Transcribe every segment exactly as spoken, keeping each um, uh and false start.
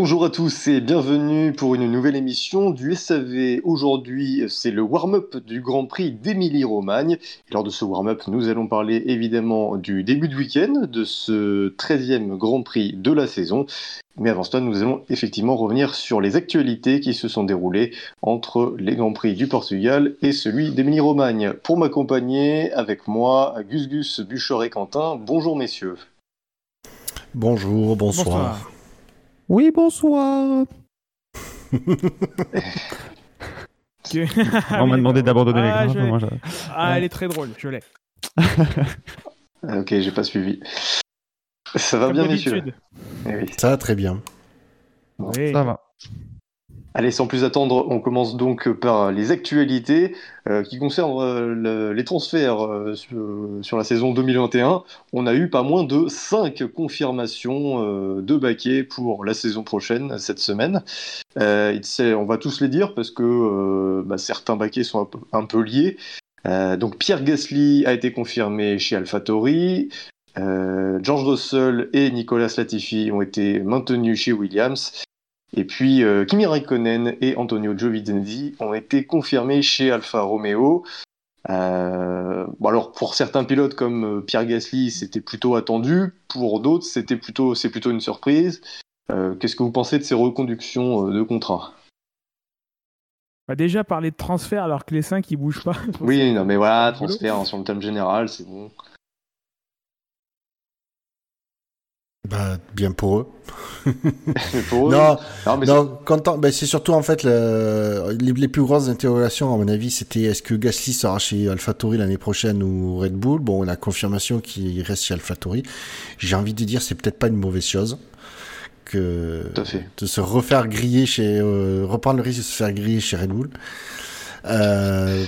Bonjour à tous et bienvenue pour une nouvelle émission du S A V. Aujourd'hui, c'est le warm-up du Grand Prix d'Émilie-Romagne. Et lors de ce warm-up, nous allons parler évidemment du début de week-end, de ce treizième Grand Prix de la saison. Mais avant cela, nous allons effectivement revenir sur les actualités qui se sont déroulées entre les Grands Prix du Portugal et celui d'Émilie-Romagne. Pour m'accompagner, avec moi, Gus Gus, Buchor et Quentin. Bonjour messieurs. Bonjour, bonsoir. bonsoir. Oui, bonsoir. On m'a demandé d'abandonner ah, les grands. Je... Ah, elle est très drôle, je l'ai. Ok, j'ai pas suivi. Ça va Comme bien, d'habitude. messieurs? Eh oui. Ça va très bien. Bon. Oui. Ça va. Allez, sans plus attendre, on commence donc par les actualités euh, qui concernent euh, le, les transferts euh, sur, sur la saison deux mille vingt et un. On a eu pas moins de cinq confirmations euh, de baquets pour la saison prochaine, cette semaine. Euh, on va tous les dire parce que euh, bah, certains baquets sont un peu, un peu liés. Euh, donc Pierre Gasly a été confirmé chez AlphaTauri. Euh, George Russell et Nicolas Latifi ont été maintenus chez Williams. Et puis euh, Kimi Raikkonen et Antonio Giovinazzi ont été confirmés chez Alfa Romeo. Euh, bon alors pour certains pilotes comme Pierre Gasly, c'était plutôt attendu. Pour d'autres, c'était plutôt, c'est plutôt une surprise. Euh, qu'est-ce que vous pensez de ces reconductions de contrats? Bah déjà parler de transfert alors que les cinq ils bougent pas. Oui, non mais voilà, transfert hein, sur le thème général, c'est bon. Bah, bien pour eux. pour eux non, non, mais non c'est... Content, bah, c'est surtout en fait le, les, les plus grosses interrogations à mon avis, c'était est-ce que Gasly sera chez AlphaTauri l'année prochaine ou Red Bull. Bon, la confirmation qu'il reste chez AlphaTauri. J'ai envie de dire c'est peut-être pas une mauvaise chose que de se refaire griller chez euh, reprendre le risque de se faire griller chez Red Bull. Euh,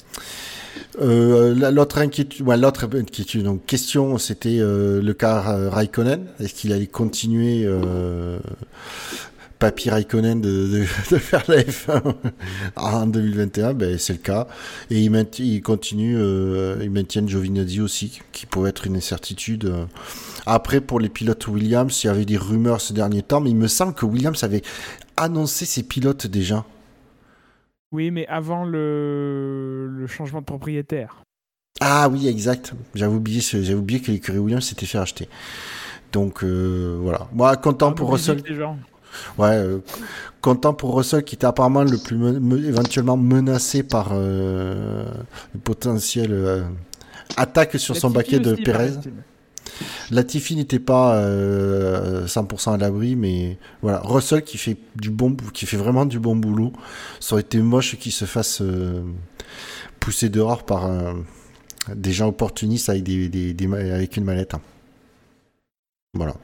Euh, l'autre inquiétude, ouais, l'autre inquiétude, donc question, c'était euh, le cas euh, Raikkonen. Est-ce qu'il allait continuer, euh, Papy Raikkonen, de, de, de faire la F un en deux mille vingt et un? Ben c'est le cas. Et ils il continuent, euh, ils maintiennent Giovinazzi aussi, qui pourrait être une incertitude. Après, pour les pilotes Williams, il y avait des rumeurs ce dernier temps, mais il me semble que Williams avait annoncé ses pilotes déjà. Oui, mais avant le, le changement de propriétaire. Ah oui, exact. J'avais oublié, ce... J'avais oublié que l'écurie Williams s'était fait acheter. Donc euh, voilà. Moi, content ah, pour Russell. Ouais, euh, content pour Russell qui était apparemment le plus me... Me... éventuellement menacé par euh, une potentielle euh, attaque sur son baquet de Perez. Latifi n'était pas euh, cent pour cent à l'abri, mais voilà, Russell qui fait du bon, qui fait vraiment du bon boulot. Ça aurait été moche qu'il se fasse euh, pousser dehors par euh, des gens opportunistes avec des, des, des avec une mallette. Hein. Voilà.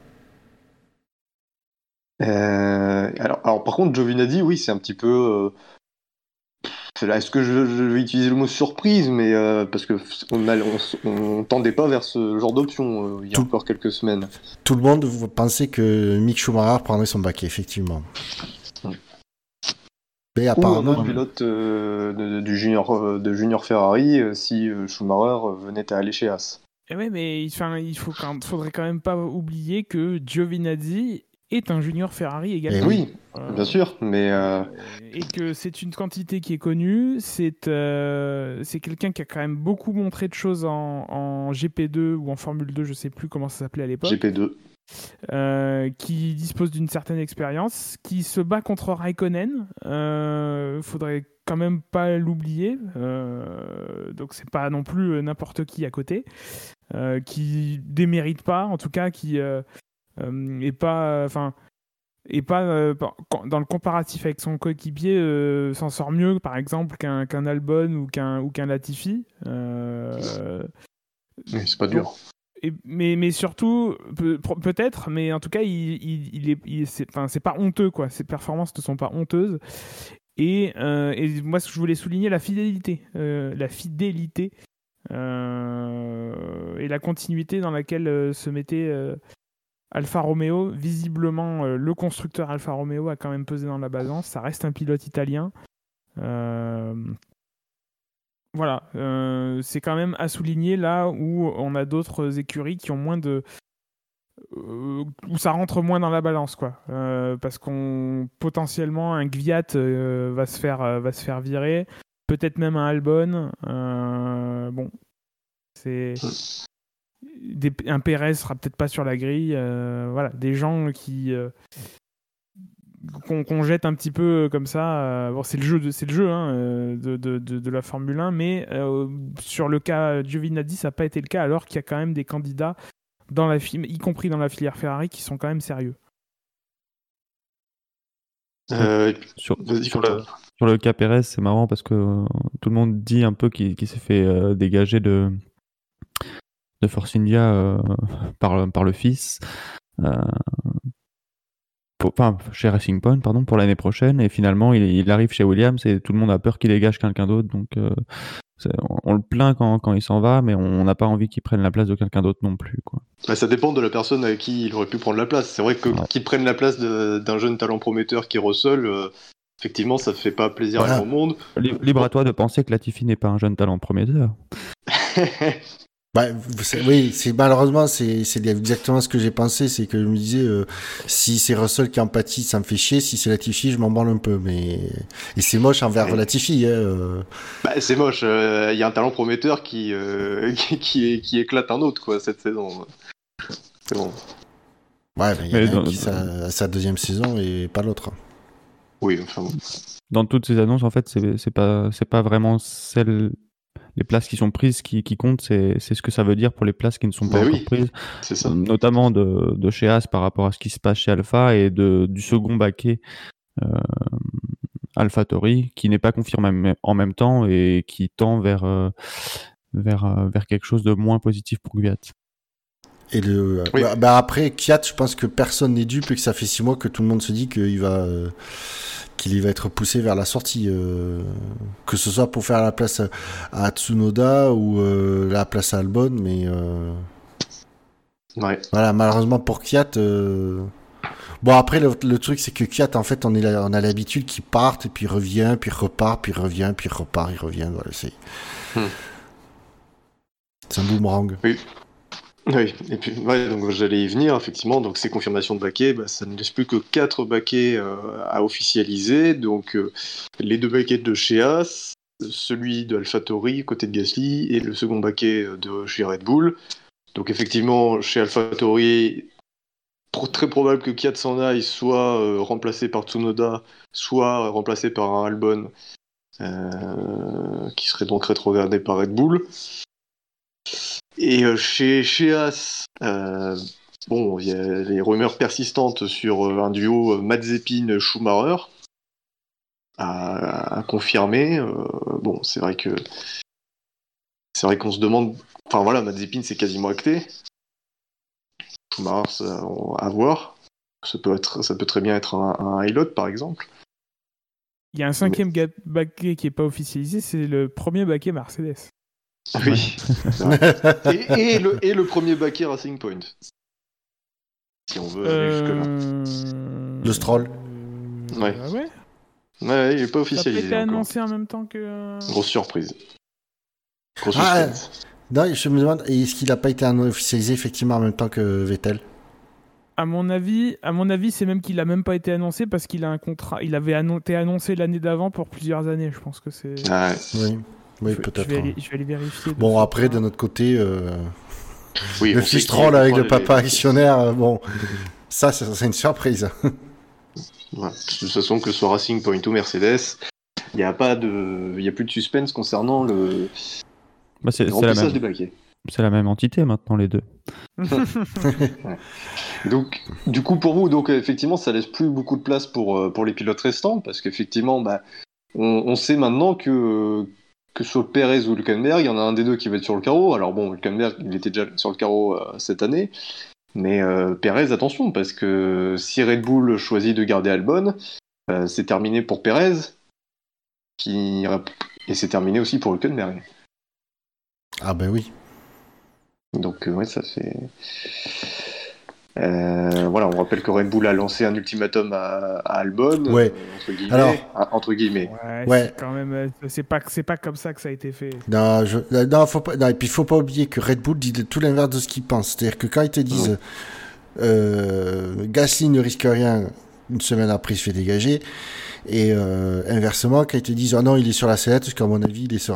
Euh, alors, alors, par contre, Giovinazzi, oui, c'est un petit peu. Euh... Est-ce que je, je vais utiliser le mot surprise, mais euh, parce que on, a, on, on tendait pas vers ce genre d'option euh, il y a tout, encore quelques semaines. Tout le monde pensait que Mick Schumacher prendrait son baquet, effectivement. Hum. Mais Ou apparemment, un autre pilote euh, de, de, junior, de junior Ferrari euh, si euh, Schumacher venait à aller chez Haas. Et ouais, mais enfin, il faut quand, faudrait quand même pas oublier que Giovinazzi est un junior Ferrari également. Et oui, euh, bien sûr, mais euh... et que c'est une quantité qui est connue. C'est euh, c'est quelqu'un qui a quand même beaucoup montré de choses en, en G P deux ou en Formule deux, je sais plus comment ça s'appelait à l'époque. G P deux. Euh, qui dispose d'une certaine expérience, qui se bat contre Raikkonen. Euh, faudrait quand même pas l'oublier. Euh, donc c'est pas non plus n'importe qui à côté, euh, qui démérite pas, en tout cas, qui euh, euh, est pas, enfin, et pas euh, dans le comparatif avec son coéquipier euh, s'en sort mieux, par exemple, qu'un, qu'un Albon ou qu'un ou qu'un Latifi. Euh, oui, c'est pas dur. Donc, Et, mais, mais surtout, peut, peut-être, mais en tout cas, il, il, il est, il, c'est, enfin, c'est pas honteux, quoi. Ses performances ne sont pas honteuses. Et, euh, et moi, je voulais souligner la fidélité, euh, la fidélité euh, et la continuité dans laquelle euh, se mettait euh, Alfa Romeo. Visiblement, euh, le constructeur Alfa Romeo a quand même pesé dans la balance. Ça reste un pilote italien. Euh, Voilà, euh, c'est quand même à souligner là où on a d'autres écuries qui ont moins de, euh, où ça rentre moins dans la balance, quoi. Euh, parce qu'on potentiellement un Gviat euh, va se faire euh, va se faire virer, peut-être même un Albon. Euh, bon, c'est des, un Pérez sera peut-être pas sur la grille. Euh, voilà, des gens qui euh, Qu'on, qu'on jette un petit peu comme ça. Euh, bon, c'est le jeu, de, c'est le jeu hein, de, de, de, de la Formule un, mais euh, sur le cas Giovinazzi, ça n'a pas été le cas, alors qu'il y a quand même des candidats, dans la fi- y compris dans la filière Ferrari, qui sont quand même sérieux. Euh, sur, sur, le, sur le cas Pérez, c'est marrant parce que euh, tout le monde dit un peu qu'il, qu'il s'est fait euh, dégager de, de Force India euh, par, par le fils. Euh, Pour, enfin, chez Racing Point, pardon, pour l'année prochaine, et finalement il, il arrive chez Williams et tout le monde a peur qu'il dégage quelqu'un d'autre, donc euh, on, on le plaint quand, quand il s'en va, mais on n'a pas envie qu'il prenne la place de quelqu'un d'autre non plus, quoi. Bah, ça dépend de la personne avec qui il aurait pu prendre la place. C'est vrai que ouais. qu'il prenne la place de, d'un jeune talent prometteur qui est Russell, euh, effectivement ça fait pas plaisir voilà. à tout le monde. Libre à toi de penser que Latifi n'est pas un jeune talent prometteur. Bah, c'est, oui, c'est malheureusement c'est c'est exactement ce que j'ai pensé, c'est que je me disais euh, si c'est Russell qui empathie, ça me fait chier, si c'est Latifi, je m'en branle un peu, mais et c'est moche envers ouais. Latifi. Hein, euh... Bah, c'est moche. Il euh, y a un talent prometteur qui euh, qui, qui, qui éclate un autre quoi cette saison. C'est bon. Ouais, il y a un qui sa, sa deuxième saison et pas l'autre. Oui, enfin bon. Dans toutes ces annonces, en fait, c'est c'est pas c'est pas vraiment celle. Les places qui sont prises qui, qui comptent, c'est, c'est ce que ça veut dire pour les places qui ne sont pas bah encore oui, prises, c'est ça. Notamment de, de chez As par rapport à ce qui se passe chez Alpha et de, du second baquet euh, AlphaTauri qui n'est pas confirmé en même temps et qui tend vers, euh, vers, euh, vers quelque chose de moins positif pour Gviat. Et le, oui. bah, bah après, Kvyat, je pense que personne n'est dupe et que ça fait six mois que tout le monde se dit qu'il va, euh, qu'il va être poussé vers la sortie. Euh, que ce soit pour faire la place à, à Tsunoda ou euh, la place à Albon, mais. Euh, ouais. Voilà, malheureusement pour Kvyat. Euh, bon, après, le, le truc, c'est que Kvyat, en fait, on, est là, on a l'habitude qu'il parte et puis revient, puis repart, puis revient, puis repart, il revient. Voilà, c'est. Hmm. C'est un boomerang. Oui. Oui, et puis ouais, donc j'allais y venir, effectivement, donc ces confirmations de baquets, bah, ça ne laisse plus que quatre baquets euh, à officialiser, donc euh, les deux baquets de chez As, celui de AlphaTauri côté de Gasly, et le second baquet de chez Red Bull. Donc effectivement, chez AlphaTauri, très probable que Kvyat s'en aille, soit euh, remplacé par Tsunoda, soit remplacé par un Albon, euh, qui serait donc rétrogradé par Red Bull. Et euh, chez, chez As, euh, bon, il y a les rumeurs persistantes sur euh, un duo euh, Mazepin-Schumacher à, à confirmer. Euh, bon, c'est vrai que c'est vrai qu'on se demande. Enfin voilà, Mazepin c'est quasiment acté. Schumacher, ça, à voir. Ça peut être, ça peut très bien être un, un Hilot par exemple. Il y a un cinquième Mais... baquet qui est pas officialisé, c'est le premier baquet Mercedes. Oui. et, et, le, et le premier baquet Racing Point. Si on veut aller euh... jusque-là. Le Stroll. Ouais. Ah ouais. Ouais, il n'est pas officialisé. Ça a été encore. annoncé en même temps que. Grosse surprise. Grosse ah, suspense. Non, je me demande, est-ce qu'il n'a pas été officialisé effectivement en même temps que Vettel? À mon avis, à mon avis, c'est même qu'il n'a même pas été annoncé parce qu'il a un contrat. Il avait annon- été annoncé l'année d'avant pour plusieurs années. Je pense que c'est. Ah ouais. Oui. Oui, je, peut-être. Je vais, aller, je vais aller vérifier. Bon, après, de notre côté, euh... oui, le fils troll avec le papa actionnaire, euh, bon, ça, c'est, c'est une surprise. Ouais. De toute façon, que ce soit Racing Point ou Mercedes, il n'y a pas de, il y a plus de suspense concernant le, bah, c'est, le c'est remplissage même... des baquets. C'est la même entité maintenant, les deux. Ouais. Donc, du coup, pour vous, donc effectivement, ça laisse plus beaucoup de place pour pour les pilotes restants, parce qu'effectivement, bah, on, on sait maintenant que que ce soit Perez ou Hülkenberg, il y en a un des deux qui va être sur le carreau. Alors bon, Hülkenberg, il était déjà sur le carreau euh, cette année, mais euh, Perez, attention, parce que si Red Bull choisit de garder Albon, euh, c'est terminé pour Perez, qui... et c'est terminé aussi pour Hülkenberg. Ah ben oui. Donc euh, ouais, ça fait... Euh, voilà, on rappelle que Red Bull a lancé un ultimatum à, à Albon, ouais. euh, entre guillemets. Alors, à, entre guillemets. Ouais, ouais. C'est quand même, c'est pas, c'est pas comme ça que ça a été fait. Non, je, non, faut pas, non, et puis faut pas oublier que Red Bull dit tout l'inverse de ce qu'ils pensent. C'est-à-dire que quand ils te disent, euh, Gasly ne risque rien, une semaine après il se fait dégager, et euh, inversement, quand ils te disent « Oh non, il est sur la sellette, parce qu'à mon avis, il est serein. »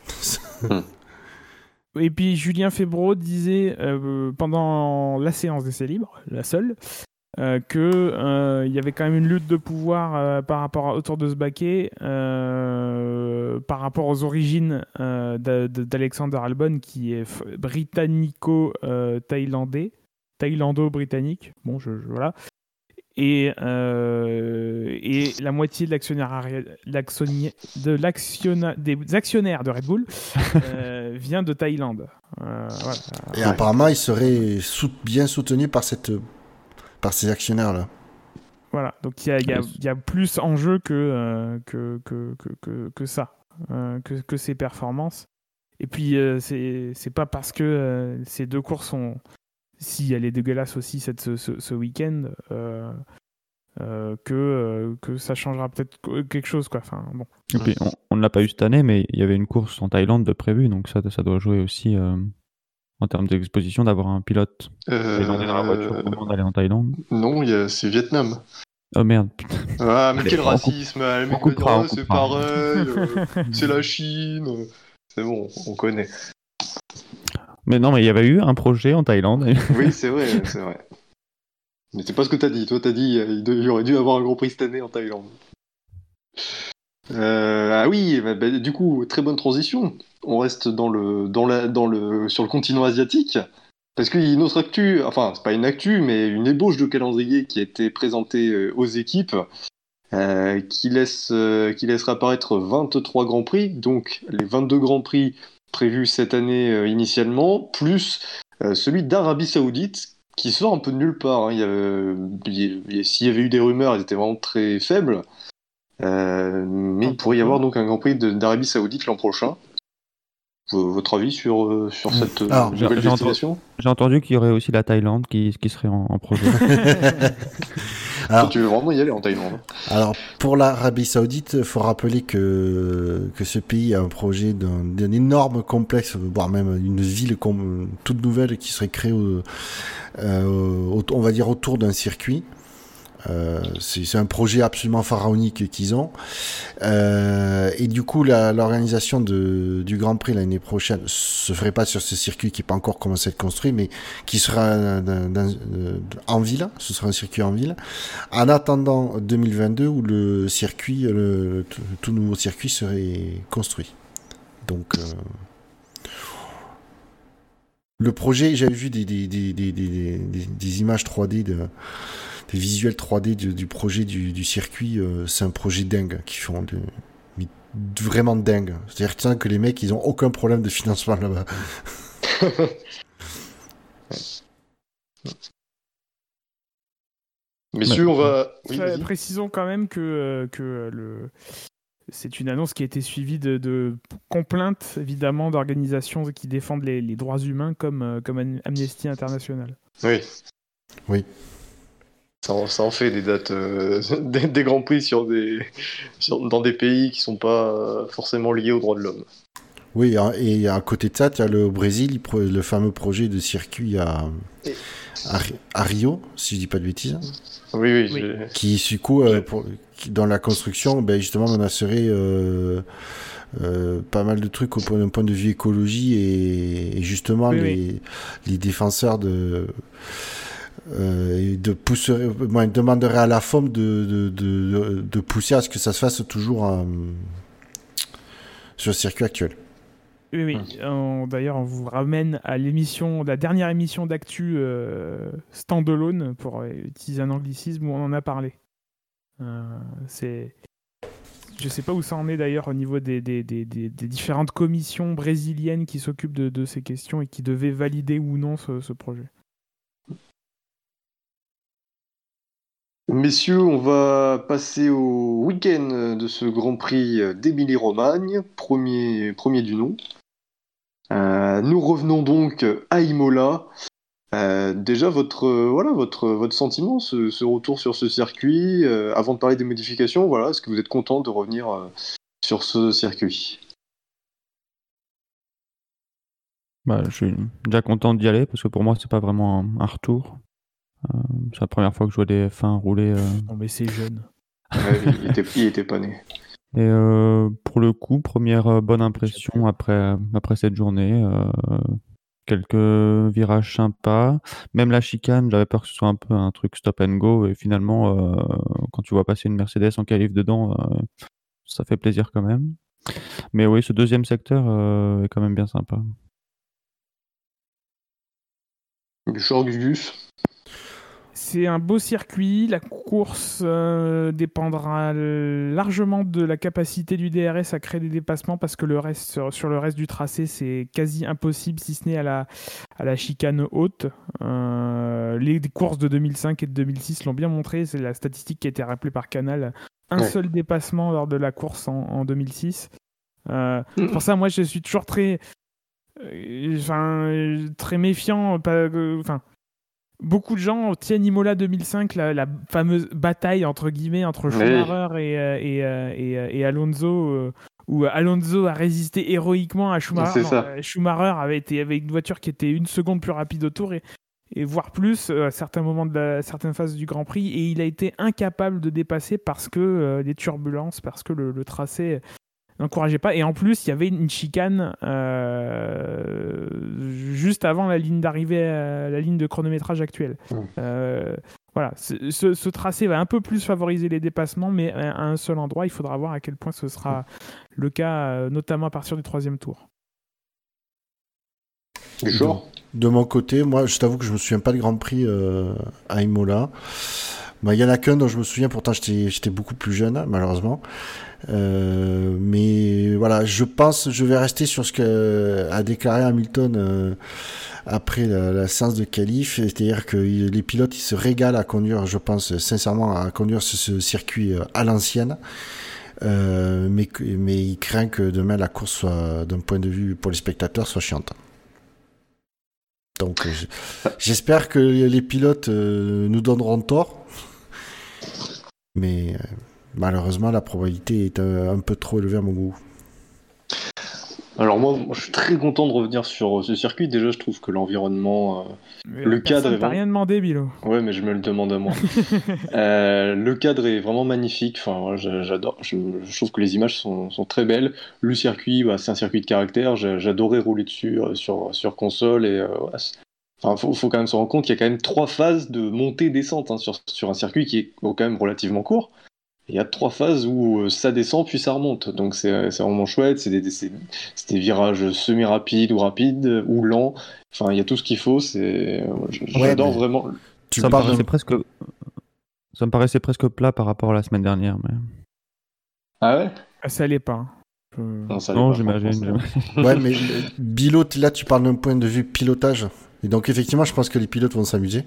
Et puis Julien Febvreau disait euh, pendant la séance d'essai libre, la seule, euh, que euh, il y avait quand même une lutte de pouvoir euh, par rapport à, autour de ce baquet, euh, par rapport aux origines euh, d'Alexander Albon, qui est f- britannico-thaïlandais, thaïlando-britannique. Bon, je, je voilà. Et, euh, et la moitié de l'actionnaire de l'actionnaire des actionnaires de Red Bull euh, vient de Thaïlande. Euh, voilà. Et apparemment, il serait sou- bien soutenu par cette par ces actionnaires là. Voilà, donc il y a, y, a, y a plus en jeu que euh, que, que, que, que, que ça, euh, que, que ces performances. Et puis euh, c'est c'est pas parce que euh, ces deux courses sont, si elle est dégueulasse aussi cette, ce, ce, ce week-end, euh, euh, que, euh, que ça changera peut-être quelque chose, quoi. Enfin, bon. Et puis, on, on ne l'a pas eu cette année, mais il y avait une course en Thaïlande de prévue, donc ça, ça doit jouer aussi euh, en termes d'exposition d'avoir un pilote euh... thaïlandais dans la voiture au moment d'aller en Thaïlande. Non, y a... c'est Vietnam. Oh merde, putain. Ah, mais Allez, quel on racisme! coupe, le mec on coupera, va dire, on c'est coupera. pareil, euh, c'est la Chine. C'est bon, on connaît. Mais non, mais il y avait eu un projet en Thaïlande. Oui, c'est vrai, c'est vrai. Mais c'est pas ce que t'as dit. Toi, t'as dit il y aurait dû avoir un Grand Prix cette année en Thaïlande. Euh, ah oui, bah, bah, du coup, très bonne transition. On reste dans le, dans la, dans le, sur le continent asiatique. Parce qu'il y a une autre actu, enfin, c'est pas une actu, mais une ébauche de calendrier qui a été présentée euh, aux équipes, euh, qui, laisse, euh, qui laissera apparaître vingt-trois Grands Prix, donc les vingt-deux Grands Prix prévus cette année euh, initialement, plus euh, celui d'Arabie Saoudite, qui sort un peu de nulle part. Hein. Il y avait, il y, s'il y avait eu des rumeurs, elles étaient vraiment très faibles. Euh, mais il pourrait y avoir donc un Grand Prix de, d'Arabie Saoudite l'an prochain. Votre avis sur, euh, sur cette Alors, nouvelle j'ai, destination ? J'ai entendu qu'il y aurait aussi la Thaïlande qui, qui serait en, en projet. Alors, Toi, tu veux vraiment y aller en Thaïlande ? Alors, pour l'Arabie Saoudite, il faut rappeler que, que ce pays a un projet d'un, d'un énorme complexe, voire même une ville com- toute nouvelle qui serait créée, au, euh, au, on va dire, autour d'un circuit. Euh, c'est, c'est un projet absolument pharaonique qu'ils ont. Euh, et du coup, la, l'organisation de, du Grand Prix l'année prochaine se ferait pas sur ce circuit qui n'est pas encore commencé à être construit, mais qui sera dans, dans, en ville. Ce sera un circuit en ville. En attendant deux mille vingt-deux, où le circuit, le, le tout, tout nouveau circuit serait construit. Donc, euh, le projet, j'avais vu des, des, des, des, des, des, des images trois D de des visuels trois D du, du projet du, du circuit, euh, c'est un projet dingue qui font de, vraiment dingue. C'est-à-dire que, que les mecs, ils ont aucun problème de financement là-bas. Messieurs, on va. Oui, Pré- précisons quand même que, euh, que le... c'est une annonce qui a été suivie de, de complaintes, évidemment, d'organisations qui défendent les, les droits humains comme, euh, comme Amnesty International. Oui. Oui. Ça en, ça en fait des dates, euh, des, des grands prix sur des, sur, dans des pays qui sont pas forcément liés aux droits de l'homme. Oui, et à côté de ça, tu as le Brésil, le fameux projet de circuit à, à, à Rio, si je dis pas de bêtises. Oui, oui. oui. J'ai... Qui, du coup, euh, pour, qui, dans la construction, ben justement, on a serré euh, euh, pas mal de trucs au point, d'un point de vue écologie et, et justement, oui, les, oui. les défenseurs de... Euh, de pousser, bon, il demanderait à la F O M de, de, de, de pousser à ce que ça se fasse toujours euh, sur le circuit actuel. Oui, oui. On, d'ailleurs, on vous ramène à l'émission, la dernière émission d'actu euh, standalone, pour utiliser un anglicisme, où on en a parlé. Euh, c'est... Je ne sais pas où ça en est d'ailleurs au niveau des, des, des, des, des différentes commissions brésiliennes qui s'occupent de, de ces questions et qui devaient valider ou non ce, ce projet. Messieurs, on va passer au week-end de ce Grand Prix d'Émilie-Romagne, premier, premier du nom. Euh, nous revenons donc à Imola. Euh, déjà, votre, euh, voilà, votre, votre sentiment, ce, ce retour sur ce circuit, euh, avant de parler des modifications, voilà, est-ce que vous êtes content de revenir euh, sur ce circuit ? Bah, je suis déjà content d'y aller parce que pour moi, c'est pas vraiment un, un retour. Euh, c'est la première fois que je vois des F un rouler. Euh... Non, mais c'est jeune. Ouais, il, était, il était pas né. Et euh, pour le coup, première euh, bonne impression après, après cette journée. Euh, quelques virages sympas. Même la chicane, j'avais peur que ce soit un peu un truc stop and go. Et finalement, euh, quand tu vois passer une Mercedes en qualif dedans, euh, ça fait plaisir quand même. Mais oui, ce deuxième secteur euh, est quand même bien sympa. Genre Gugus. C'est un beau circuit. La course euh, dépendra largement de la capacité du D R S à créer des dépassements parce que le reste, sur, sur le reste du tracé, c'est quasi impossible si ce n'est à la, à la chicane haute. Euh, les courses de deux mille cinq et de deux mille six l'ont bien montré. C'est la statistique qui a été rappelée par Canal. Un ouais. seul dépassement lors de la course en, en deux mille six. Euh, mmh. Pour ça, moi, je suis toujours très, euh, très méfiant. Enfin. Euh, Beaucoup de gens tiennent Imola deux mille cinq, la, la fameuse bataille entre guillemets entre Schumacher oui. et, euh, et, euh, et, euh, et Alonso, euh, où Alonso a résisté héroïquement à Schumacher. C'est ça. Non, euh, Schumacher avait été avec une voiture qui était une seconde plus rapide au tour et, et voire plus euh, à certains moments de la, certaines phases du Grand Prix, et il a été incapable de dépasser parce que euh, les turbulences, parce que le, le tracé n'encourageait pas, et en plus il y avait une chicane euh, juste avant la ligne d'arrivée à la ligne de chronométrage actuelle. Mmh. Euh, voilà, ce, ce, ce tracé va un peu plus favoriser les dépassements, mais à un seul endroit. Il faudra voir à quel point ce sera mmh. le cas, notamment à partir du troisième tour. Genre. De, de mon côté, moi je t'avoue que je me souviens pas de Grand Prix euh, à Imola. Il y en a qu'un dont je me souviens, pourtant j'étais, j'étais beaucoup plus jeune, malheureusement. Euh, mais voilà, je pense, je vais rester sur ce que a déclaré Hamilton euh, après la, la séance de qualif, c'est-à-dire que les pilotes ils se régalent à conduire, je pense sincèrement à conduire ce, ce circuit à l'ancienne, euh, mais mais il craint que demain la course soit, d'un point de vue pour les spectateurs, soit chiante. Donc j'espère que les pilotes euh, nous donneront tort. Mais euh, malheureusement, la probabilité est un, un peu trop élevée à mon goût. Alors moi, moi, je suis très content de revenir sur ce circuit. Déjà, je trouve que l'environnement, euh, le cadre est vraiment... rien demandé, Bilo. Ouais, mais je me le demande à moi. euh, le cadre est vraiment magnifique. Enfin, j'adore. Je, je trouve que les images sont, sont très belles. Le circuit, bah, c'est un circuit de caractère. J'adorais rouler dessus euh, sur sur console et. Euh, ouais, Enfin, faut, faut quand même se rendre compte qu'il y a quand même trois phases de montée-descente hein, sur, sur un circuit qui est bon, quand même relativement court. Il y a trois phases où ça descend puis ça remonte. Donc c'est, c'est vraiment chouette. C'est des, c'est, c'est des virages semi-rapides ou rapides ou lents. Enfin, il y a tout ce qu'il faut. C'est, j'adore ouais, vraiment. Ça me, paraissait presque... ça me paraissait presque plat par rapport à la semaine dernière. Mais... Ah ouais ah, ça l'est pas. Euh... Non, ça non pas, j'imagine. j'imagine. Ouais, mais Bilo, là tu parles d'un point de vue pilotage. Et donc effectivement, je pense que les pilotes vont s'amuser.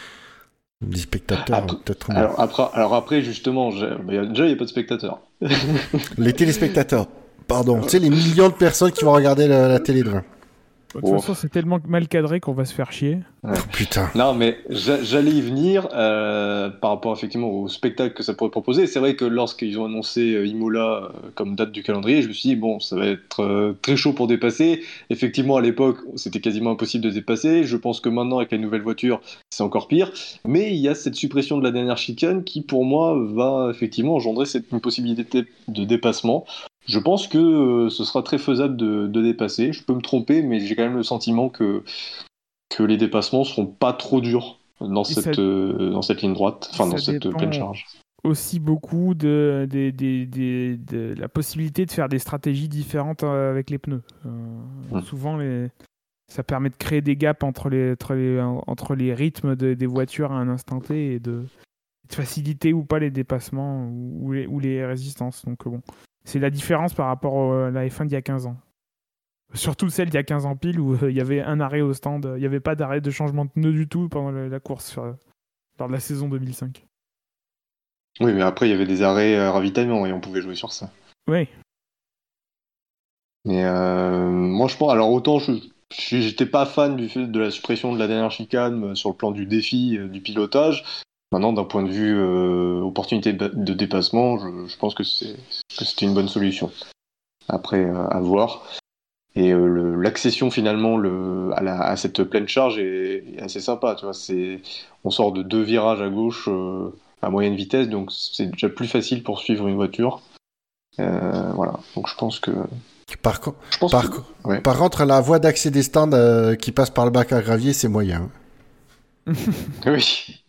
Les spectateurs, après, peut-être. Alors après, alors après justement, j'ai... déjà il n'y a pas de spectateurs. Les téléspectateurs, pardon. Tu sais, les millions de personnes qui vont regarder la, la télé demain. De toute oh. façon, c'est tellement mal cadré qu'on va se faire chier. Ouais. Oh, putain. Non, mais j'allais y venir euh, par rapport effectivement au spectacle que ça pourrait proposer. C'est vrai que lorsqu'ils ont annoncé Imola euh, comme date du calendrier, je me suis dit, bon, ça va être euh, très chaud pour dépasser. Effectivement, à l'époque, c'était quasiment impossible de dépasser. Je pense que maintenant, avec la nouvelle voiture, c'est encore pire. Mais il y a cette suppression de la dernière chicane qui, pour moi, va effectivement engendrer cette, une possibilité de dépassement. Je pense que euh, ce sera très faisable de, de dépasser. Je peux me tromper, mais j'ai quand même le sentiment que, que les dépassements seront pas trop durs dans, cette, ça, euh, dans cette ligne droite, enfin dans cette pleine charge. Aussi beaucoup de, de, de, de, de la possibilité de faire des stratégies différentes avec les pneus. Euh, hum. Souvent, les, ça permet de créer des gaps entre les, entre les, entre les rythmes de, des voitures à un instant T et de, de faciliter ou pas les dépassements ou les, ou les résistances. Donc bon. C'est la différence par rapport à la F un d'il y a quinze ans. Surtout celle d'il y a quinze ans pile où il euh, y avait un arrêt au stand. Il n'y avait pas d'arrêt de changement de pneu du tout pendant la, la course sur, lors de la saison deux mille cinq. Oui, mais après, il y avait des arrêts euh, ravitaillement et on pouvait jouer sur ça. Oui. Mais euh, moi, je pense... Alors, autant je j'étais pas fan du fait de la suppression de la dernière chicane sur le plan du défi, euh, du pilotage. Maintenant, d'un point de vue euh, opportunité de, de dépassement, je, je pense que, c'est, que c'était une bonne solution. Après, euh, à voir. Et euh, le, l'accession finalement le, à, la, à cette pleine charge est, est assez sympa. Tu vois, c'est, on sort de deux virages à gauche euh, à moyenne vitesse, donc c'est déjà plus facile pour suivre une voiture. Euh, voilà, donc je pense que. Par, co- je pense par, que, co- ouais. par contre, la voie d'accès des stands euh, qui passe par le bac à gravier, c'est moyen. Oui.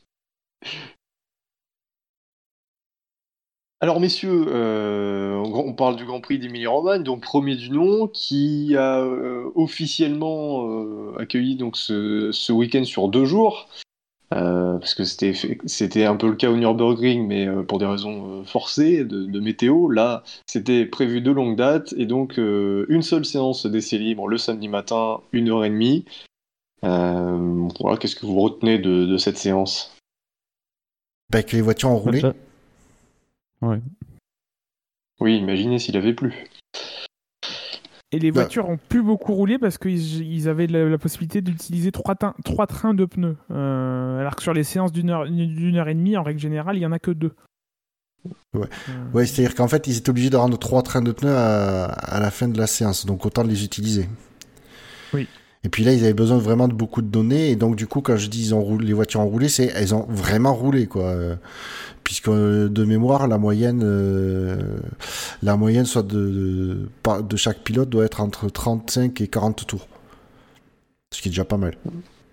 Alors messieurs, euh, on parle du Grand Prix d'Émilie-Romagne, donc premier du nom, qui a euh, officiellement euh, accueilli donc ce, ce week-end sur deux jours, euh, parce que c'était c'était un peu le cas au Nürburgring, mais euh, pour des raisons euh, forcées de, de météo. Là, c'était prévu de longue date, et donc euh, une seule séance d'essai libre le samedi matin, une heure et demie. Euh, voilà, qu'est-ce que vous retenez de, de cette séance? Bah, que les voitures ont roulé. Ouais. Oui, imaginez s'il avait plu. Et les Bah. voitures ont plus beaucoup roulé parce qu'ils ils avaient la, la possibilité d'utiliser trois, tin- trois trains de pneus. Euh, alors que sur les séances d'une heure, d'une heure et demie, en règle générale, il n'y en a que deux. Ouais, Euh, ouais, c'est-à-dire qu'en fait, ils étaient obligés de rendre trois trains de pneus à, à la fin de la séance, donc autant les utiliser. Oui. Et puis là, ils avaient besoin vraiment de beaucoup de données, et donc du coup, quand je dis ils ont roulé, les voitures ont roulé, c'est elles ont vraiment roulé, quoi. Euh, puisque euh, de mémoire, la moyenne, euh, la moyenne soit de, de de chaque pilote doit être entre trente-cinq et quarante tours, ce qui est déjà pas mal.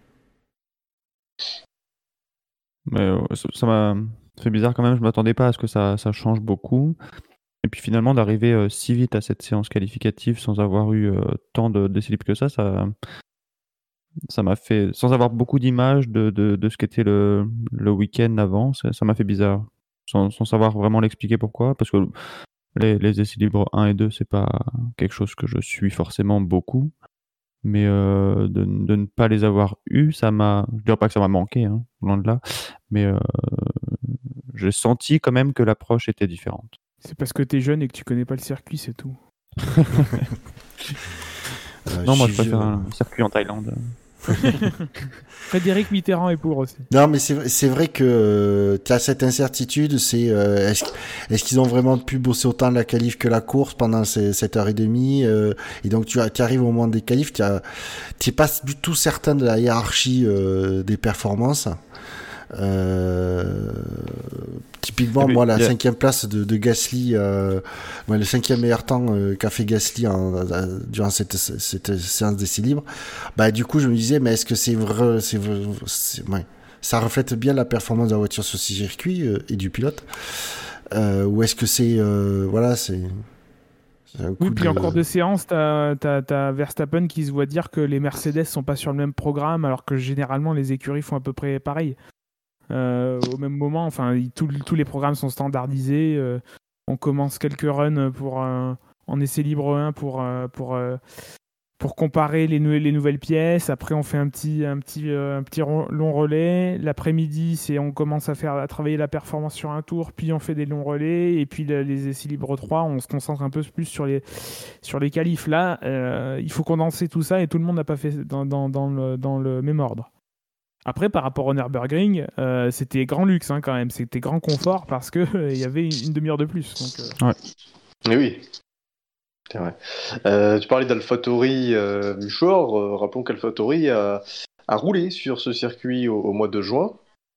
Mais euh, ça, ça m'a fait bizarre quand même, je m'attendais pas à ce que ça, ça change beaucoup. Et puis finalement, d'arriver euh, si vite à cette séance qualificative sans avoir eu euh, tant de d'essais libres que ça, ça ça m'a fait, sans avoir beaucoup d'images de, de, de ce qu'était le, le week-end avant, ça, ça m'a fait bizarre. Sans, sans savoir vraiment l'expliquer pourquoi, parce que les, les essais libres un et deux, c'est pas quelque chose que je suis forcément beaucoup. Mais euh, de, de ne pas les avoir eus, ça m'a. Je dirais pas que ça m'a manqué, hein, loin de là. Mais euh, j'ai senti quand même que l'approche était différente. C'est parce que t'es jeune et que tu connais pas le circuit, c'est tout. Euh, non, moi je suis préfère vieux. un circuit en Thaïlande. Frédéric Mitterrand est pour aussi. Non, mais c'est, c'est vrai que euh, tu as cette incertitude, c'est euh, est-ce, est-ce qu'ils ont vraiment pu bosser autant la qualif que la course pendant ces, cette heure et demie euh, et donc tu, tu arrives au moment des qualifs, tu n'es pas du tout certain de la hiérarchie euh, des performances. Euh, typiquement, Mais moi, la y a... cinquième place de, de Gasly, euh, ouais, le cinquième meilleur temps euh, qu'a fait Gasly en, euh, durant cette, cette séance d'essai libre, bah, du coup, je me disais, mais est-ce que c'est vrai, c'est vrai, c'est, ouais, ça reflète bien la performance de la voiture sur ce circuit euh, et du pilote, euh, ou est-ce que c'est, euh, voilà, c'est. Oui, puis de... en cours de séance, t'as, t'as, t'as Verstappen qui se voit dire que les Mercedes sont pas sur le même programme, alors que généralement les écuries font à peu près pareil. Euh, au même moment, enfin, il, tout, tous les programmes sont standardisés. Euh, on commence quelques runs pour, euh, en essai libre un pour, euh, pour, euh, pour comparer les, nou- les nouvelles pièces. Après, on fait un petit, un petit, euh, un petit long relais. L'après-midi, c'est, on commence à, faire, à travailler la performance sur un tour, puis on fait des longs relais. Et puis le, les essais libres trois, on se concentre un peu plus sur les, sur les qualifs. Là, euh, il faut condenser tout ça et tout le monde n'a pas fait dans, dans, dans, le, dans le même ordre. Après, par rapport au Nürburgring, euh, c'était grand luxe hein, quand même, c'était grand confort parce qu'il euh, y avait une demi-heure de plus. Donc, euh... ouais. Mais oui, c'est vrai. Euh, tu parlais d'AlphaTauri euh, Buchor, euh, rappelons qu'AlphaTauri a, a roulé sur ce circuit au, au mois de juin,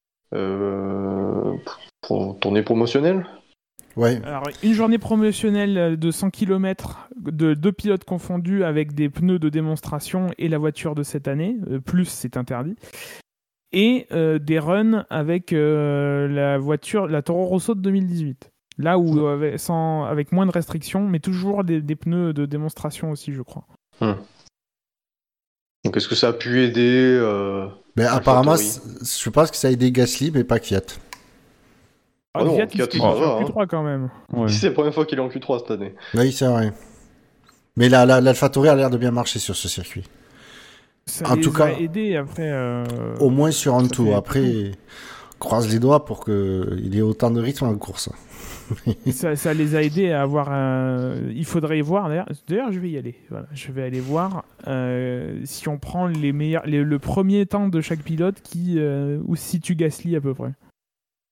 euh, pour tournée promotionnelle. Ouais. Alors, une journée promotionnelle de cent kilomètres, de deux pilotes confondus avec des pneus de démonstration et la voiture de cette année, euh, plus c'est interdit. Et euh, des runs avec euh, la voiture, la Toro Rosso de deux mille dix-huit. Là où, avec, sans, avec moins de restrictions, mais toujours des, des pneus de démonstration aussi, je crois. Hum. Donc est-ce que ça a pu aider euh, Mais apparemment, je pense que ça a aidé Gasly, mais pas Kvyat. Ah, oh non, Kvyat, Kvyat, il ça est va, en Q trois hein. Quand même. Ouais. C'est la première fois qu'il est en Q trois cette année. Oui, c'est vrai. Mais là, là, l'AlphaTauri a l'air de bien marcher sur ce circuit. Ça en les tout a cas, aidés après. Euh, au moins sur un tour. fait... Après, croise les doigts pour qu'il y ait autant de rythme en course. ça, ça les a aidés à avoir un... Il faudrait voir, d'ailleurs, d'ailleurs je vais y aller. Voilà, je vais aller voir euh, si on prend les meilleurs, les, le premier temps de chaque pilote qui, euh, où se situe Gasly à peu près.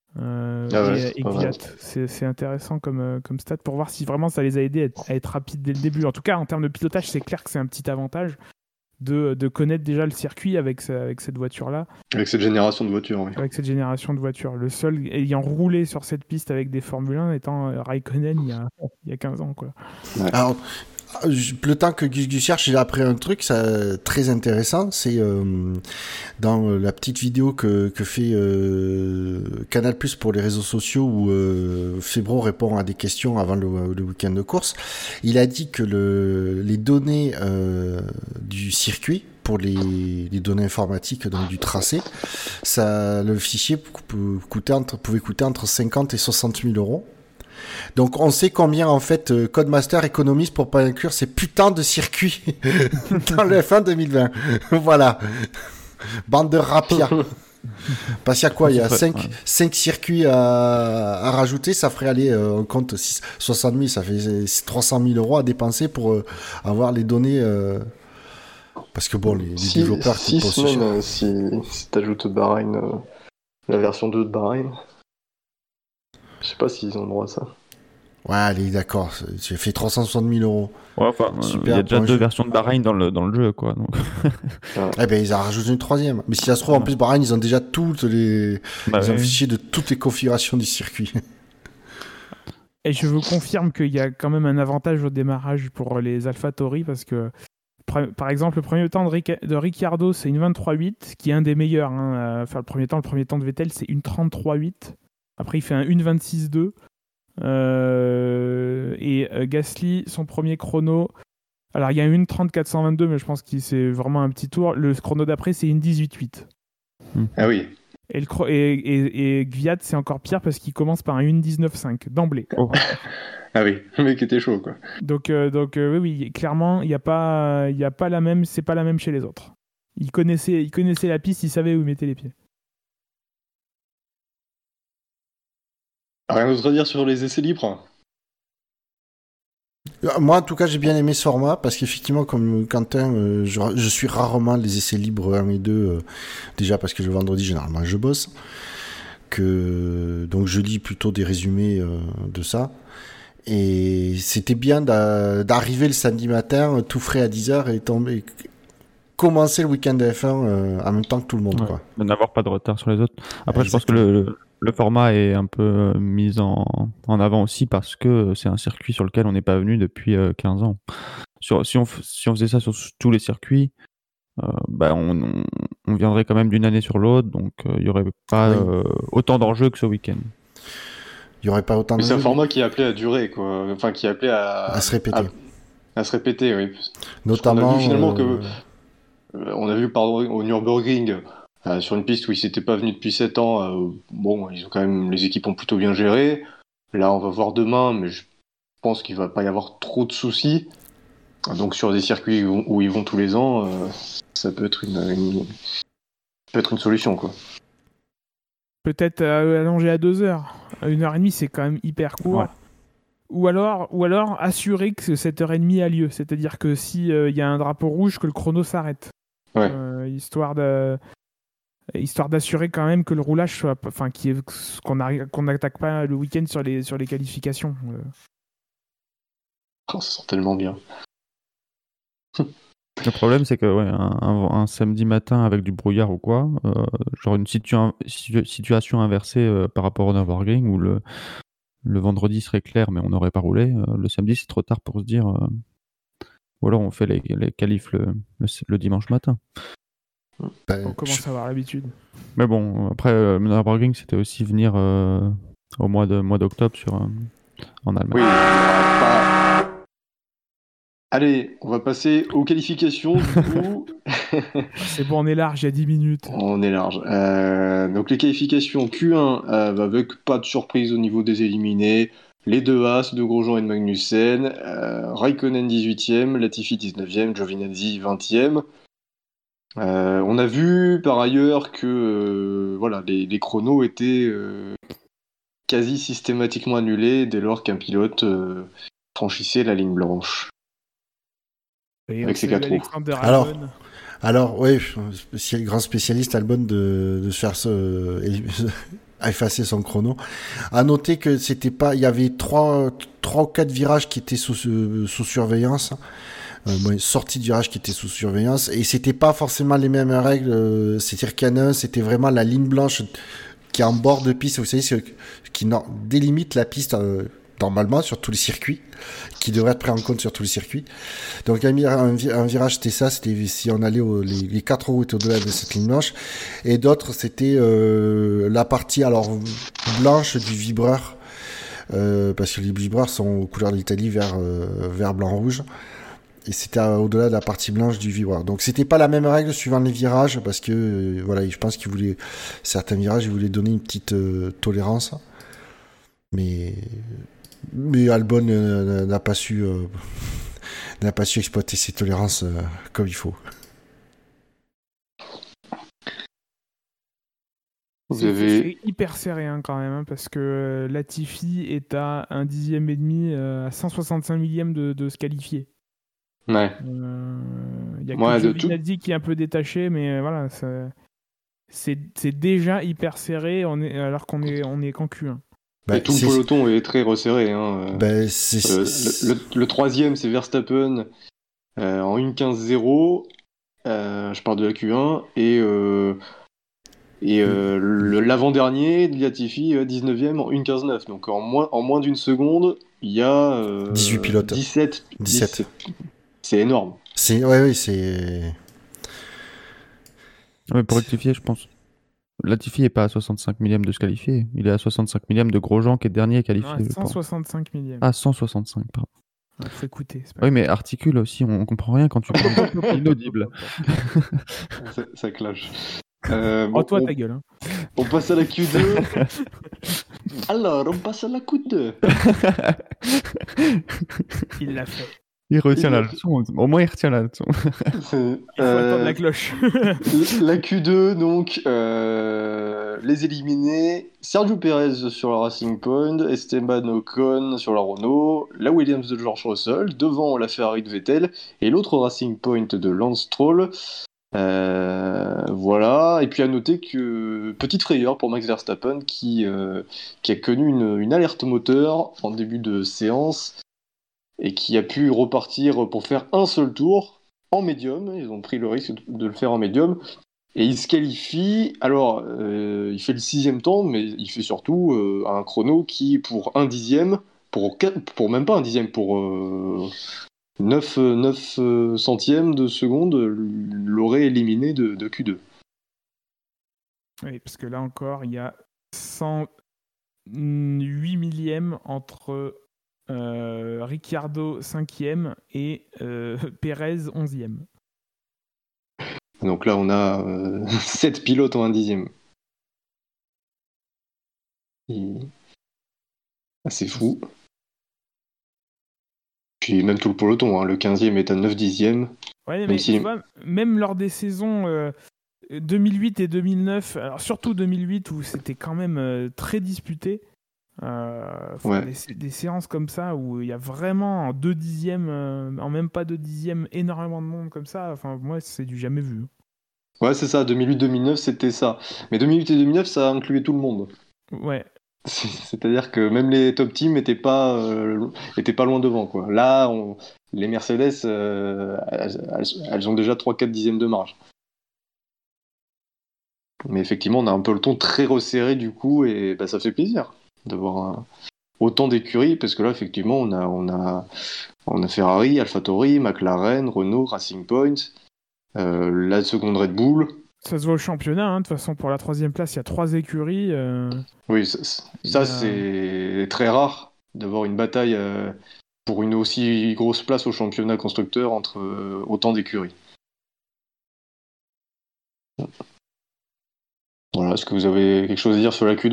Euh, ah ouais, et et Gviat. C'est, c'est intéressant comme, euh, comme stat pour voir si vraiment ça les a aidés à être, à être rapides dès le début. En tout cas, en termes de pilotage, c'est clair que c'est un petit avantage de, de connaître déjà le circuit avec, sa, avec cette voiture-là. Avec cette génération de voitures, oui. Avec cette génération de voitures. Le seul ayant roulé sur cette piste avec des Formule un étant euh, Raikkonen il y, a, il y a quinze ans, quoi. Ouais. Alors, le temps que Gus Gus cherche, j'ai appris un truc ça, très intéressant. C'est euh, dans la petite vidéo que, que fait euh, Canal Plus pour les réseaux sociaux où euh, Febro répond à des questions avant le, le week-end de course. Il a dit que le, les données euh, du circuit, pour les, les données informatiques donc du tracé, ça, le fichier coûtait entre, pouvait coûter entre cinquante et soixante mille euros. Donc on sait combien en fait euh, Codemaster économise pour pas inclure ces putains de circuits dans le F un deux mille vingt. Voilà. Bande de rapias. Parce qu'il y a quoi? Il y a cinq circuits à, à rajouter, ça ferait aller, euh, on compte six, soixante mille, ça fait trois cent mille euros à dépenser pour euh, avoir les données. Euh... Parce que bon, les, les si, développeurs... Si semaines, euh, si, si t'ajoutes Bahreïn, euh, la version deux de Bahreïn, je sais pas s'ils ont le droit à ça. Ouais, allez, d'accord. J'ai fait trois cent soixante mille euros. Ouais, enfin, il y a déjà deux jeu. versions de Bahreïn dans le, dans le jeu, quoi. Donc... eh ben, ils ont rajouté une troisième. Mais si ça se trouve, en plus, Bahreïn, ils ont déjà toutes les, bah, ils ouais. ont fichier de toutes les configurations du circuit. Et je vous confirme qu'il y a quand même un avantage au démarrage pour les AlphaTauri parce que, par exemple, le premier temps de, Ric- de Ricciardo, c'est une vingt-trois virgule huit, qui est un des meilleurs. Hein. Enfin, le premier temps, le premier temps de Vettel, c'est une trente-trois virgule huit. Après, il fait un une vingt-six virgule deux. Euh, et euh, Gasly, son premier chrono, alors il y a une trente quatre cent vingt-deux, mais je pense que c'est vraiment un petit tour. Le chrono d'après, c'est une dix-huit virgule huit. Ah oui. Et, le, et, et, et Gviat, c'est encore pire parce qu'il commence par un une dix-neuf cinq d'emblée. Oh. Ah oui, le mec était chaud, quoi. Donc, euh, donc euh, oui, oui, clairement, il n'y a pas, il a pas la même, c'est pas la même chez les autres. Il connaissait, il connaissait la piste, il savait où il mettait les pieds. Rien d'autre à dire sur les essais libres? Moi, en tout cas, j'ai bien aimé ce format parce qu'effectivement, comme Quentin, euh, je, je suis rarement les essais libres un et deux. Euh, déjà parce que le vendredi, généralement, je bosse. Que, donc, je lis plutôt des résumés euh, de ça. Et c'était bien d'a, d'arriver le samedi matin, tout frais à dix heures et tomber, commencer le week-end de F un euh, en même temps que tout le monde. Ouais, quoi. De n'avoir pas de retard sur les autres. Après, Exactement. Je pense que le, le, le format est un peu mis en, en avant aussi parce que c'est un circuit sur lequel on n'est pas venu depuis euh, quinze ans. Sur, si, on, si on faisait ça sur tous les circuits, euh, bah on, on, on viendrait quand même d'une année sur l'autre, donc il euh, n'y aurait pas oui. euh, autant d'enjeux que ce week-end. Il n'y aurait pas autant Mais d'enjeux. C'est un format qui est appelé à durer, quoi. Enfin, qui est appelé à... À se répéter. À, à se répéter, oui. Notamment... On a vu finalement euh... que... On a vu, pardon, au Nürburgring... Euh, sur une piste où ils s'étaient pas venus depuis sept ans, euh, bon, ils ont quand même, les équipes ont plutôt bien géré. Là, on va voir demain, mais je pense qu'il va pas y avoir trop de soucis. Donc, sur des circuits où, où ils vont tous les ans, euh, ça peut être une, une, peut être une solution, quoi. Peut-être euh, allonger à deux heures. Une heure et demie, c'est quand même hyper court. Ouais. Ou alors, ou alors assurer que cette heure et demie a lieu. C'est-à-dire que s'il y euh, a un drapeau rouge, que le chrono s'arrête. Ouais. Euh, histoire de... histoire d'assurer quand même que le roulage soit, enfin, qui est, qu'on n'attaque qu'on pas le week-end sur les, sur les qualifications. Oh, ça sent tellement bien. Le problème, c'est que ouais, un, un, un samedi matin avec du brouillard ou quoi, euh, genre une situa- situation inversée euh, par rapport au Nürburgring où le, le vendredi serait clair mais on n'aurait pas roulé, euh, le samedi c'est trop tard pour se dire, euh, ou alors on fait les, les qualifs le, le, le dimanche matin. Ben, on commence je... à avoir l'habitude. Mais bon, après, le euh, Nürburgring, c'était aussi venir euh, au mois, de, mois d'octobre sur, euh, en Allemagne. Oui, pas... Allez, on va passer aux qualifications. Du coup. C'est bon, on est large, il y a dix minutes. On est large. Euh, donc les qualifications Q un, euh, avec pas de surprise au niveau des éliminés. Les deux As, de Grosjean et de Magnussen. Euh, Raikkonen dix-huitième, Latifi dix-neuvième, Giovinazzi vingtième. Euh, on a vu par ailleurs que euh, voilà, les, les chronos étaient euh, quasi systématiquement annulés dès lors qu'un pilote euh, franchissait la ligne blanche. Et avec ses quatre roues. Alors, alors oui, spécial, grand spécialiste Albon de, de se faire ce, a effacé son chrono. À noter que c'était pas, il y avait trois, trois ou quatre virages qui étaient sous, sous surveillance. Euh, bon, sortie de virage qui était sous surveillance et c'était pas forcément les mêmes règles. Euh, c'est-à-dire qu'il y en a un, c'était vraiment la ligne blanche qui est en bord de piste. Vous savez, c'est, qui non, délimite la piste euh, normalement sur tous les circuits, qui devrait être pris en compte sur tous les circuits. Donc un, un, un virage c'était ça, c'était si on allait au, les, les quatre roues étaient au-delà de cette ligne blanche, et d'autres c'était euh, la partie alors blanche du vibreur, euh, parce que les vibreurs sont aux couleurs de l'Italie, vert, euh, vert, blanc, rouge. Et c'était au-delà de la partie blanche du vibreur. Donc c'était pas la même règle suivant les virages, parce que euh, voilà, je pense qu'ils voulaient certains virages, ils voulaient donner une petite euh, tolérance. Mais mais Albon euh, n'a pas su euh, n'a pas su exploiter ces tolérances euh, comme il faut. Vous avez... C'est hyper serré hein, quand même, hein, parce que Latifi est à un dixième et demi, euh, à cent soixante-cinq millièmes de, de se qualifier. Ouais. Il euh, y a que ouais, Giovinazzi tout... qui est un peu détaché, mais euh, voilà, ça, c'est, c'est déjà hyper serré on est, alors qu'on est, on est qu'en Q un. Bah, et tout c'est... le peloton est très resserré. Hein. Bah, c'est... Euh, le, le, le troisième, c'est Verstappen euh, en une quinze zéro. Euh, je pars de la Q un. Et, euh, et euh, le, l'avant-dernier, Latifi, dix-neuvième en une quinze neuf. Donc en moins, en moins d'une seconde, il y a euh, dix-huit pilotes. dix-sept. dix-sept. C'est énorme. C'est, ouais, oui, c'est. Ouais, pour rectifier, je pense. Latifi n'est pas à soixante-cinq millièmes de se qualifier. Il est à soixante-cinq millièmes de Grosjean qui est dernier qualifié. Non, cent soixante-cinq millièmes. Ah, cent soixante-cinq, pardon. Il faut écouter. C'est pas oui, mais articule aussi, on, on comprend rien quand tu parles. Inaudible. ça, ça clash. Euh, bon, oh, toi, on, ta gueule. Hein. On passe à la Q deux. Alors, on passe à la Q deux. Il l'a fait. Il retient la leçon, au moins il retient la leçon. Il faut euh, attendre la cloche. La Q deux, donc, euh, les éliminés, Sergio Pérez sur la Racing Point, Esteban Ocon sur la Renault, la Williams de George Russell, devant la Ferrari de Vettel, et l'autre Racing Point de Lance Stroll. Euh, voilà, et puis à noter que petite frayeur pour Max Verstappen qui, euh, qui a connu une, une alerte moteur en début de séance, et qui a pu repartir pour faire un seul tour en médium. Ils ont pris le risque de le faire en médium. Et il se qualifie. Alors, euh, il fait le sixième temps, mais il fait surtout euh, un chrono qui, pour un dixième, pour, pour même pas un dixième, pour euh, neuf, neuf centièmes de seconde, l'aurait éliminé de, de Q deux. Oui, parce que là encore, il y a cent huit millièmes entre... Euh, Ricciardo cinquième et euh, Pérez onzième. Donc là on a euh, sept pilotes en un dixième. Et... Ah, c'est fou. Puis même tout le peloton, hein, le quinzième est à neuf dixièmes. Ouais, mais si... tu vois, même lors des saisons euh, deux mille huit et deux mille neuf, alors surtout deux mille huit où c'était quand même euh, très disputé, Euh, ouais. des, des séances comme ça où il y a vraiment en deux dixièmes, euh, en même pas deux dixièmes, énormément de monde comme ça. Enfin, moi, c'est du jamais vu. Ouais, c'est ça. deux mille huit deux mille neuf, c'était ça. Mais deux mille huit et deux mille neuf, ça incluait tout le monde. Ouais. C'est-à-dire que même les top teams étaient pas, euh, étaient pas loin devant, quoi. Là, on... les Mercedes, euh, elles, elles ont déjà trois quatre dixièmes de marge. Mais effectivement, on a un peloton très resserré du coup, et bah, ça fait plaisir d'avoir un... autant d'écuries, parce que là, effectivement, on a, on a, on a Ferrari, AlphaTauri, McLaren, Renault, Racing Point, euh, la seconde Red Bull. Ça se voit au championnat, hein. De toute façon, pour la troisième place, il y a trois écuries. Euh... Oui, ça, ça a... c'est très rare d'avoir une bataille euh, pour une aussi grosse place au championnat constructeur entre euh, autant d'écuries. Voilà, est-ce que vous avez quelque chose à dire sur la Q deux ?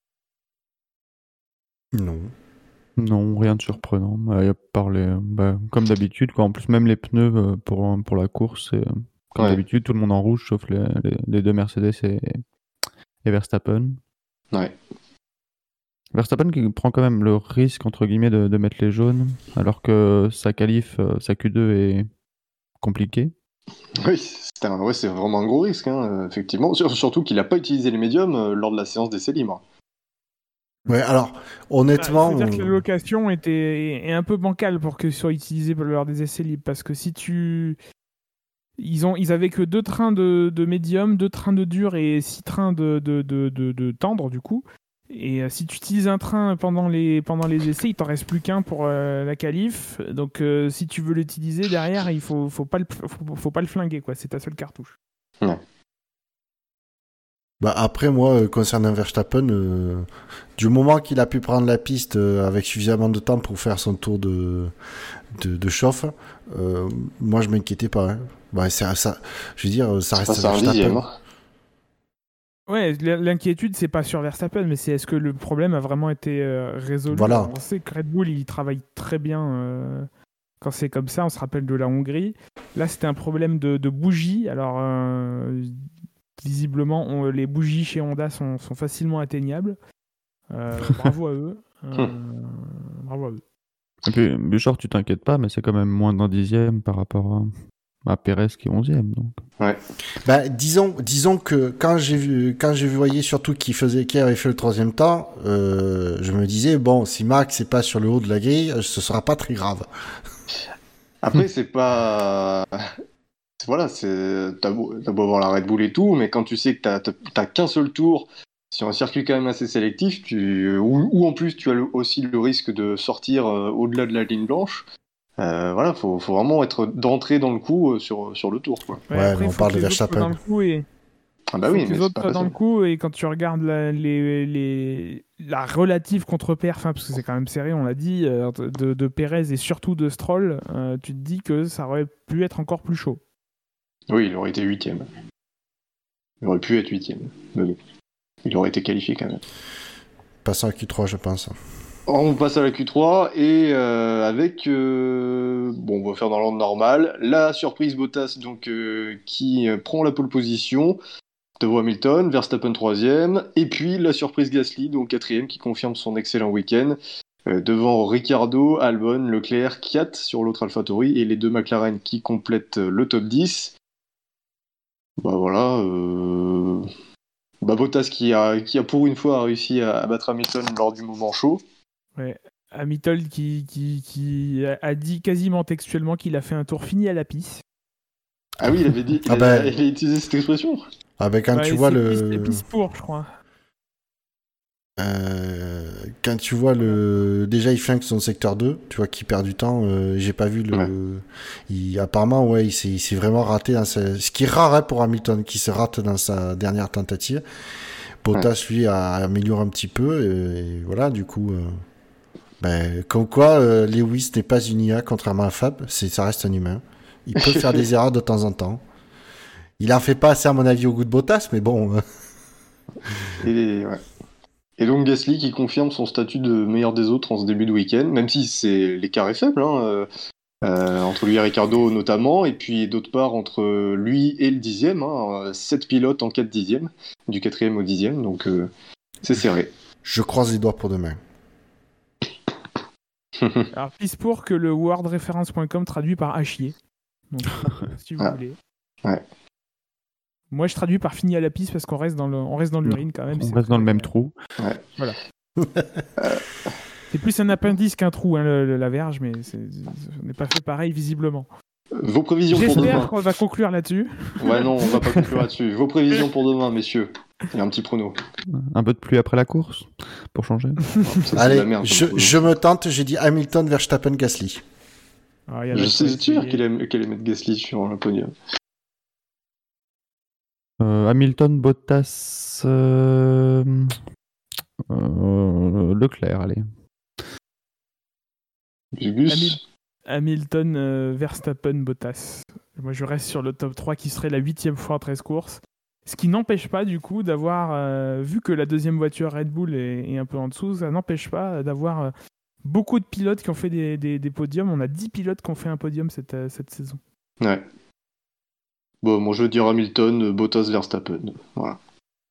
Non. Non, rien de surprenant. À part les, bah, comme d'habitude, quoi. En plus, même les pneus pour, pour la course, c'est, comme ouais. d'habitude, tout le monde en rouge, sauf les, les, les deux Mercedes et, et Verstappen. Ouais. Verstappen qui prend quand même le risque, entre guillemets, de, de mettre les jaunes, alors que sa qualif, sa Q deux est compliquée. Oui, c'est, un, ouais, c'est vraiment un gros risque, hein, effectivement. Surtout qu'il n'a pas utilisé les médiums euh, lors de la séance d'essai libre. Ouais, alors, honnêtement... Il faut dire que la location était, est un peu bancale pour que ce soit utilisé lors des essais libres, parce que si tu... Ils, ont, ils avaient que deux trains de, de médium, deux trains de dur et six trains de, de, de, de, de tendre, du coup. Et euh, si tu utilises un train pendant les, pendant les essais, il t'en reste plus qu'un pour euh, la qualif. Donc euh, si tu veux l'utiliser derrière, il faut, faut, pas, le, faut, faut pas le flinguer, quoi. C'est ta seule cartouche. Ouais. Bah après, moi, concernant Verstappen, euh, du moment qu'il a pu prendre la piste euh, avec suffisamment de temps pour faire son tour de, de, de chauffe, euh, moi, je m'inquiétais pas. Hein. Bah, c'est, ça, je veux dire, ça reste ça, Verstappen. Ouais, l'inquiétude, c'est pas sur Verstappen, mais c'est est-ce que le problème a vraiment été euh, résolu. Voilà. On sait que Red Bull, il travaille très bien euh, quand c'est comme ça. On se rappelle de la Hongrie. Là, c'était un problème de, de bougies. Alors, euh, visiblement, on, les bougies chez Honda sont, sont facilement atteignables. Euh, bravo à eux. Euh, bravo à eux. Et puis, Bouchard, tu t'inquiètes pas, mais c'est quand même moins d'un dixième par rapport à... à Pérez qui est onzième. Donc. Ouais. Bah, disons, disons que quand j'ai vu, quand j'ai vu, voyez surtout qu'il faisait, qu'il avait fait le troisième temps, euh, je me disais, bon, si Max n'est pas sur le haut de la grille, ce sera pas très grave. Après, c'est pas. Voilà, c'est... T'as, beau... t'as beau avoir la Red Bull et tout, mais quand tu sais que t'as, t'as qu'un seul tour sur un circuit quand même assez sélectif, tu... ou, ou en plus tu as le... aussi le risque de sortir euh, au-delà de la ligne blanche. Euh, voilà, faut, faut vraiment être d'entrée dans le coup euh, sur, sur le tour, quoi. Ouais, ouais après, on parle de Verstappen. Et... Ah bah oui, mais les autres soient dans le coup, et quand tu regardes la, les, les, la relative contre-perf, hein, parce que c'est quand même serré, on l'a dit, euh, de, de Pérez et surtout de Stroll, euh, tu te dis que ça aurait pu être encore plus chaud. Oui, il aurait été huitième. Il aurait pu être huitième. Mais bon, il aurait été qualifié quand même. Passons à Q trois, je pense. On passe à la Q trois et euh, avec euh, bon, on va faire dans l'ordre normal. La surprise Bottas donc euh, qui prend la pole position devant Hamilton, Verstappen troisième, et puis la surprise Gasly donc quatrième qui confirme son excellent week-end euh, devant Ricciardo, Albon, Leclerc, Kiat sur l'autre AlphaTauri et les deux McLaren qui complètent le top dix. Bah voilà. Euh... Bah Bottas qui a qui a pour une fois réussi à, à battre Hamilton lors du moment chaud. Ouais. Hamilton qui, qui, qui a dit quasiment textuellement qu'il a fait un tour fini à la pisse. Ah oui, il avait dit, il, ah avait, bah... il avait utilisé cette expression. Ah ben bah quand ouais, tu vois le... C'est pisse pour, je crois. Euh, quand tu vois le... Déjà, il flingue son secteur deux, tu vois, qui perd du temps. Euh, j'ai pas vu le... Ouais. Il... Apparemment, ouais, il s'est, il s'est vraiment raté. Hein, c'est... Ce qui est rare hein, pour Hamilton, qui se rate dans sa dernière tentative. Bottas, ouais. lui, a amélioré un petit peu. Et, et voilà, du coup... Euh... Ben, comme quoi, euh, Lewis n'est pas une I A, contrairement à Fab, c'est, ça reste un humain. Il peut faire des erreurs de temps en temps. Il en fait pas assez, à mon avis, au goût de Bottas, mais bon. Et, ouais. Et donc Gasly qui confirme son statut de meilleur des autres en ce début de week-end, même si c'est l'écart est faible, hein, euh, euh, entre lui et Ricciardo notamment, et puis d'autre part entre lui et le dixième, hein, sept pilotes en quatre dixièmes, du quatrième au dixième, donc euh, c'est serré. Je croise les doigts pour demain. Alors, pisse pour que le world reference point com traduit par à chier. Donc, si vous ah. voulez. Ouais. Moi, je traduis par fini à la pisse parce qu'on reste dans, le, on reste dans l'urine quand même. On reste dans le même trou. Ouais. Voilà. C'est plus un appendice qu'un trou, hein, le, le, la verge, mais c'est, on n'est pas fait pareil visiblement. Vos prévisions J'espère pour demain. J'espère qu'on va conclure là-dessus. Ouais, non, on va pas conclure là-dessus. Vos prévisions pour demain, messieurs. Il y a un petit prono. Un peu de pluie après la course, pour changer. Ça, allez, merde, je, je me tente, j'ai dit Hamilton, Verstappen, Gasly. Ah, je suis sûr qu'il allait, qu'il allait mettre Gasly sur le podium. Euh, Hamilton, Bottas, euh... Euh... Leclerc, allez. Hamil- Hamilton, euh, Verstappen, Bottas. Moi, je reste sur le top trois qui serait la huitième fois en treize courses. Ce qui n'empêche pas, du coup, d'avoir, euh, vu que la deuxième voiture Red Bull est, est un peu en dessous, ça n'empêche pas d'avoir euh, beaucoup de pilotes qui ont fait des, des, des podiums. On a dix pilotes qui ont fait un podium cette, euh, cette saison. Ouais. Bon, moi, je veux dire Hamilton, Bottas, Verstappen. Voilà.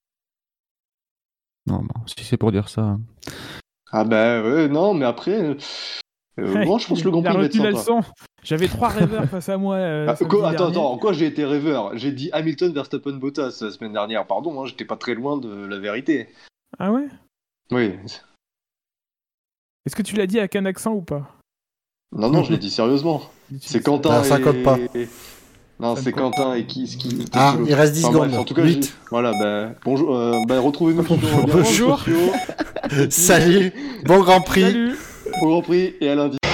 Non, bon, si c'est pour dire ça... Ah bah ouais, non, mais après... Euh, ouais, moi, je pense que le Grand Prix va être sympa. J'avais trois rêveurs face à moi. Euh, ah, quoi, attends, attends, en quoi j'ai été rêveur? J'ai dit Hamilton, Verstappen, Bottas la semaine dernière. Pardon, hein, j'étais pas très loin de la vérité. Ah ouais? Oui. Est-ce que tu l'as dit avec un accent ou pas? Non, non, je l'ai dit sérieusement. C'est Quentin. Ah, ça et... compte pas. Non, ça c'est Quentin pas. Et qui, qui, qui Ah, il reste dix enfin, secondes. Bref, en tout cas, huit. Voilà, bah, bonjour. Euh, bah, retrouvez-nous sur Bonjour. Salut. Bon Grand Prix. Salut. Bon Grand Prix et à lundi.